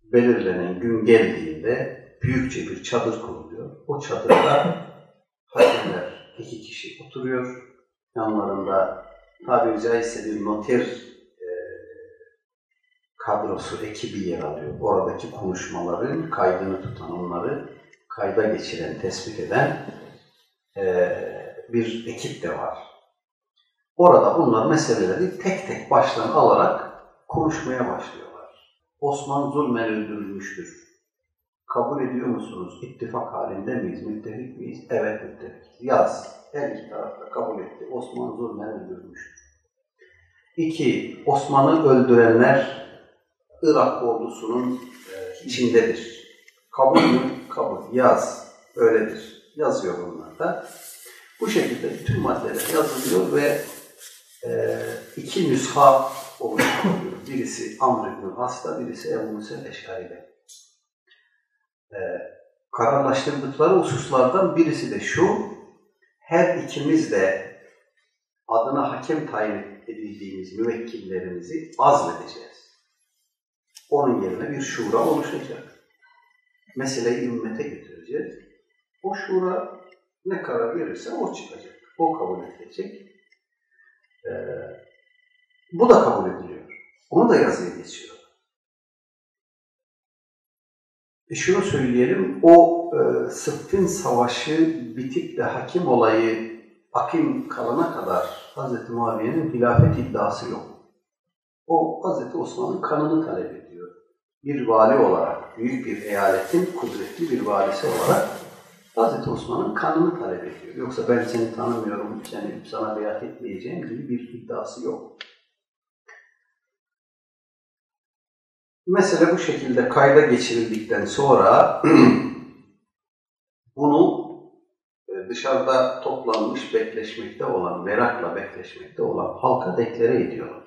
belirlenen gün geldiğinde büyükçe bir çadır kuruluyor. O çadırda hakemler 2 kişi oturuyor. Yanlarında tabiri caizse bir noter kadrosu, ekibi yer alıyor. Oradaki konuşmaların kaydını tutan, onları kayda geçiren, tespit eden bir ekip de var. Orada bunlar meseleleri tek tek baştan alarak konuşmaya başlıyorlar. Osman zulmen öldürülmüştür. Kabul ediyor musunuz? İttifak halinde miyiz? Müttefik miyiz? Evet, müttefikiz. Yaz. Her iki taraf da kabul etti. Osman zulmen öldürülmüştür. 2. Osman'ı öldürenler Irak ordusunun içindedir. Kabul mü? Kabul. Yaz. Öyledir. Yazıyor bunlar da. Bu şekilde bütün maddeler yazılıyor ve 2 nüsha oluşturuluyor. Birisi Amr ibn As'ta, birisi Ebu Musa el-Eş'ari'de. Kararlaştırdıkları hususlardan birisi de şu: her ikimiz de adına hakem tayin edildiğimiz müvekkillerimizi azledeceğiz. Onun yerine bir şura oluşacak. Meseleyi ümmete getireceğiz. O şura ne karar verirse o çıkacak. O kabul edilecek. Bu da kabul ediliyor. Onu da yazıya geçiyor. Şunu söyleyelim, o Sıffin Savaşı bitip de hakim olayı hakim kalana kadar Hz. Muaviye'nin hilafet iddiası yok. O Hz. Osman'ın kanını talep ediyor. Bir vali olarak, büyük bir eyaletin kudretli bir valisi olarak Hz. Osman'ın kanını talep ediyor. Yoksa ben seni tanımıyorum, sana beyat etmeyeceğim gibi bir iddiası yok. Mesele bu şekilde kayda geçirildikten sonra bunu dışarıda toplanmış, bekleşmekte olan, merakla bekleşmekte olan halka deklare ediyorlar.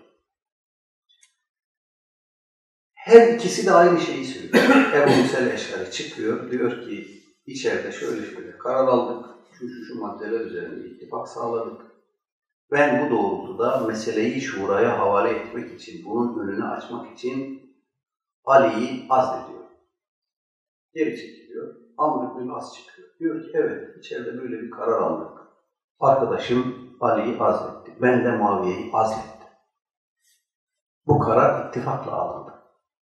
Her ikisi de aynı şeyi söylüyor. Ebu Musa el-Eş'ari çıkıyor, diyor ki içeride şöyle karar aldık, şu maddeler üzerinde ittifak sağladık. Ben bu doğrultuda meseleyi şuraya havale etmek için, bunun önünü açmak için Ali'yi azlediyor. Geri çekiliyor. Amr ibn As çıkıyor. Diyor ki evet, içeride böyle bir karar aldık. Arkadaşım Ali'yi azletti. Ben de Muaviye'yi azlettim. Bu karar ittifakla alındı.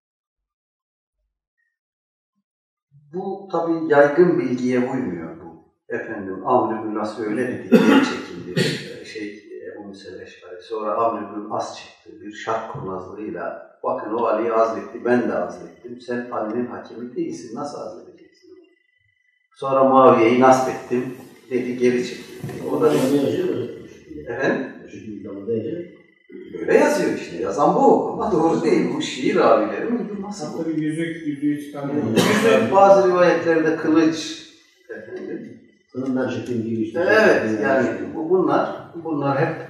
Bu tabii yaygın bilgiye uymuyor bu. Efendim Amr ibn As öyle dedi, geri çekildi. Ebu Musa el-Eş'ari. Sonra Amr ibn As çıktı. Bir şart kurnazlığıyla bakın o Ali'yi azletti, ben de azlettim. Sen Ali'nin hakemi değilsin, nasıl azledeceksin? Sonra Muaviye'yi nasip ettim, dedi geri çekildi. O da efendim? Böyle yazıyor işte, yazan bu. Ama doğru değil, bu şiir ravilerin uydurması bu. Tabii yüzük çıkan. Yüzük bazı rivayetlerde kılıç, efendim. Kılından çekildiği işte. Evet, yani bunlar hep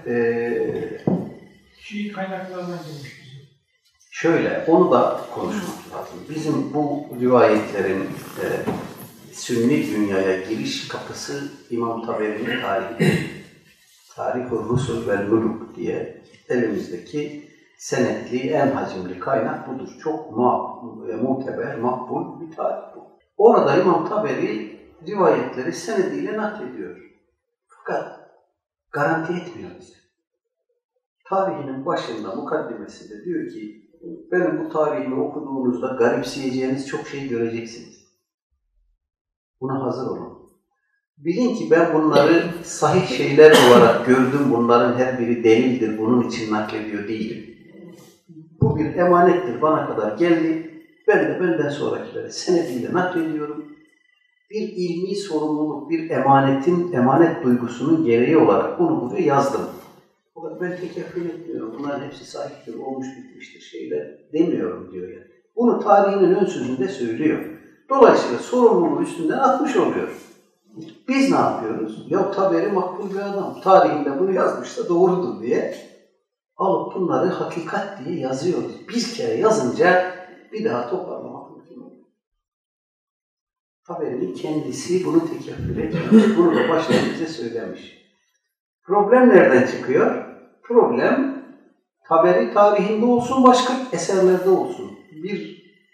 Şiir kaynaklarından gelmiş. Şöyle, onu da konuşmak lazım. Bizim bu rivayetlerin Sünni dünyaya giriş kapısı İmam Taberi'nin tarihi. Tarih-ı Rusul ve Muluk diye elimizdeki senetli, en hacimli kaynak budur. Çok muteber, makbul bir tarih bu. Orada İmam Taberi rivayetleri senediyle naklediyor. Fakat garanti etmiyor bize. Tarihinin başında, mukaddimesinde diyor ki, benim bu tarihimi okuduğunuzda garipseyeceğiniz çok şey göreceksiniz. Buna hazır olun. Bilin ki ben bunları sahih şeyler olarak gördüm, bunların her biri delildir, bunun için naklediyor değilim. Bu bir emanettir, bana kadar geldi, ben de benden sonrakilere senediyle naklediyorum. Bir ilmi sorumluluk, bir emanet duygusunun gereği olarak bunu buraya yazdım. Fakat ben tekeffül etmiyorum, bunların hepsi sahiptir, olmuş bitmiştir şeyler demiyorum diyor yani. Bunu tarihinin ön sözünde söylüyor. Dolayısıyla sorumluluğu üstünden atmış oluyor. Biz ne yapıyoruz? Ya Taberi makbul bir adam, tarihinde bunu yazmışsa doğrudur diye alıp bunları hakikat diye yazıyoruz. Bir kere yazınca bir daha toparlamak mümkün oluyor. Taberi'nin kendisi bunu tekeffül etmiş, bunu da baştan bize söylemiş. Problem nereden çıkıyor? Problem Taberi tarihinde olsun, başka eserlerde olsun. Bir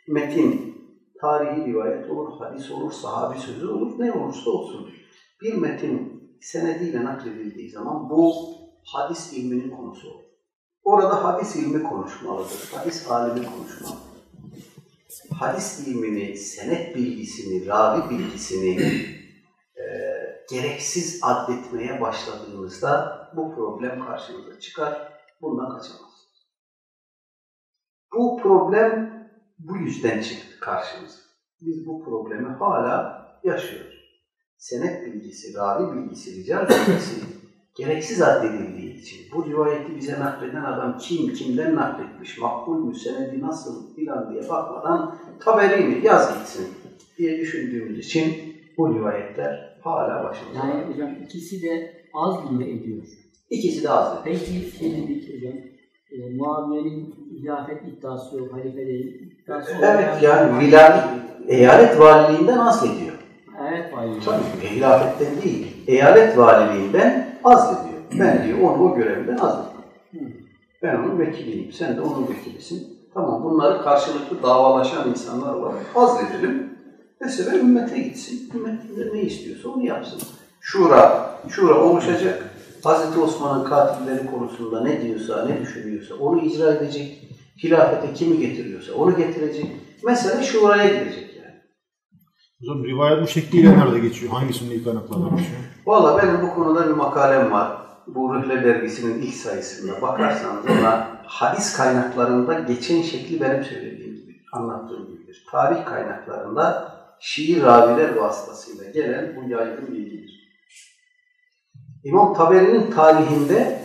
metin tarihi rivayet olur, hadis olur, sahabi sözü olur, ne olursa olsun. Bir metin senediyle nakledildiği zaman bu hadis ilminin konusu olur. Orada hadis ilmi konuşmalıdır, hadis alimi konuşmalıdır. Hadis ilmini, senet bilgisini, ravi bilgisini gereksiz addetmeye başladığımızda bu problem karşımıza çıkar, bundan kaçamazsınız. Bu problem bu yüzden çıktı karşımıza. Biz bu problemi hala yaşıyoruz. Senet bilgisi, ravi bilgisi, rical bilgisi gereksiz addedildiği için bu rivayeti bize nakleden adam kim, kimden nakletmiş, makbul mü, senedi nasıl filan diye bakmadan Taberi mi, yaz gitsin diye düşündüğümüz için bu rivayetler hala başımıza. Yani hocam ikisi de az gibi ediyor. İkisi de az. Peki dedik hocam, Muaviye'nin hilafet iddiası yok, halifeliğin iddiası yok. Evet yani eyalet valiliğinden az ediyor. Evet valiliğinden. Tabii hilafetten değil, eyalet valiliğinden az ediyor. Ben diyor onu o görevden az ediyorum. Ben onun vekiliyim, sen de onun vekilisin. Tamam bunları karşılıklı davalaşan insanlar olarak azledelim. Mesela ümmete gitsin, ümmetinde ne istiyorsa onu yapsın. Şura oluşacak. Hz. Osman'ın katilleri konusunda ne diyorsa, ne düşünüyorsa onu icra edecek. Hilafete kimi getiriyorsa onu getirecek. Mesela şuraya gidecek yani. Hocam rivayet bu şekliyle nerede geçiyor? Hangi sünni kaynaklarda geçiyor? Valla benim bu konuda bir makalem var. Bu Rühle dergisinin ilk sayısında bakarsanız ona hadis kaynaklarında geçen şekli benim söylediğim gibi, anlattığım gibidir. Tarih kaynaklarında Şii raviler vasıtasıyla gelen bu yaygın bilgidir. İmam Taberi'nin tarihinde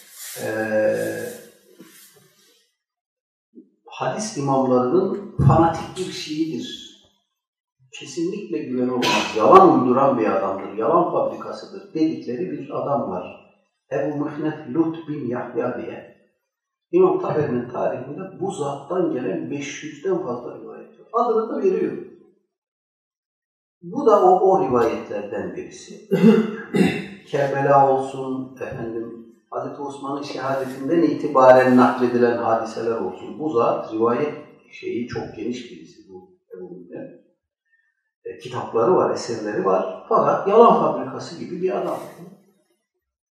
hadis imamlarının fanatik bir Şiidir. Kesinlikle güven olmaz. Yalan uyduran bir adamdır, yalan fabrikasıdır dedikleri bir adam var. Ebu Mıhnef Lut bin Yahya diye. İmam Taberi'nin tarihinde bu zattan gelen 500'den fazla rivayet var. Adını da veriyor. Bu da o rivayetlerden birisi. Kerbela olsun, Hz. Osman'ın şehadetinden itibaren nakledilen hadiseler olsun. Bu zat rivayet çok geniş birisi bu Ebu Mıhnef. Kitapları var, eserleri var. Fakat yalan fabrikası gibi bir adam.